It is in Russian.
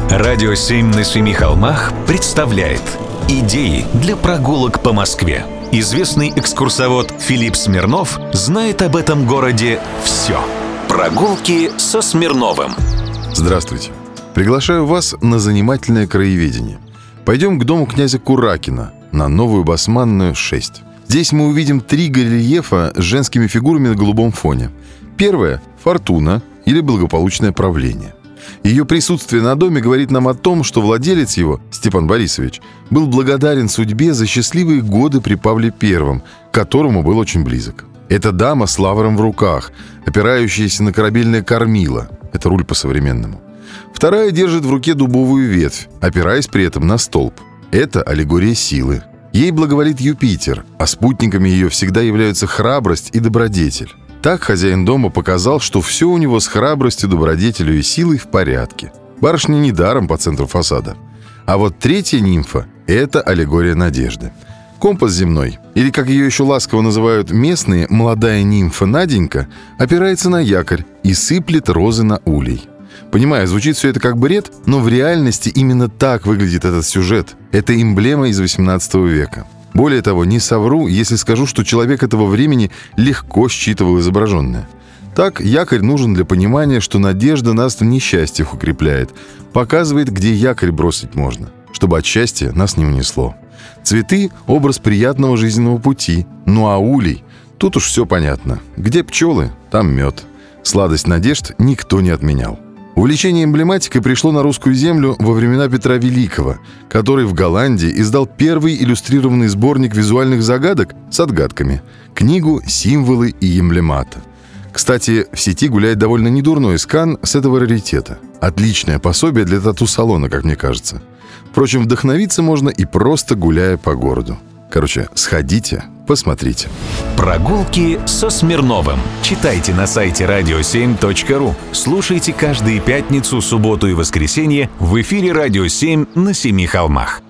Радио 7 на семи холмах представляет идеи для прогулок по Москве. Известный экскурсовод Филипп Смирнов знает об этом городе все. Прогулки со Смирновым. Здравствуйте. Приглашаю вас на занимательное краеведение. Пойдем к дому князя Куракина на Новую Басманную, 6. Здесь мы увидим 3 горельефа с женскими фигурами на голубом фоне. Первое – фортуна или благополучное правление. Ее присутствие на доме говорит нам о том, что владелец его, Степан Борисович, был благодарен судьбе за счастливые годы при Павле I, к которому был очень близок. Это дама с лавром в руках, опирающаяся на корабельное кормило. Это руль по-современному. Вторая держит в руке дубовую ветвь, опираясь при этом на столб. Это аллегория силы. Ей благоволит Юпитер, а спутниками ее всегда являются храбрость и добродетель. Так хозяин дома показал, что все у него с храбростью, добродетелью и силой в порядке. Барышня недаром по центру фасада. А вот третья нимфа – это аллегория надежды. Компас земной, или, как ее еще ласково называют местные, молодая нимфа Наденька, опирается на якорь и сыплет розы на улей. Понимаю, звучит все это как бред, но в реальности именно так выглядит этот сюжет. Это эмблема из 18 века. Более того, не совру, если скажу, что человек этого времени легко считывал изображенное. Так, якорь нужен для понимания, что надежда нас в несчастьях укрепляет, показывает, где якорь бросить можно, чтобы от счастья нас не унесло. Цветы – образ приятного жизненного пути, ну а улей – тут уж все понятно. Где пчелы, там мед. Сладость надежд никто не отменял. Увлечение эмблематикой пришло на русскую землю во времена Петра Великого, который в Голландии издал первый иллюстрированный сборник визуальных загадок с отгадками – книгу «Символы и эмблемата». Кстати, в сети гуляет довольно недурной скан с этого раритета. Отличное пособие для тату-салона, как мне кажется. Впрочем, вдохновиться можно и просто гуляя по городу. Короче, сходите, посмотрите. Прогулки со Смирновым. Читайте на сайте radio7.ru. Слушайте каждые пятницу, субботу и воскресенье в эфире «Радио 7» на Семи холмах.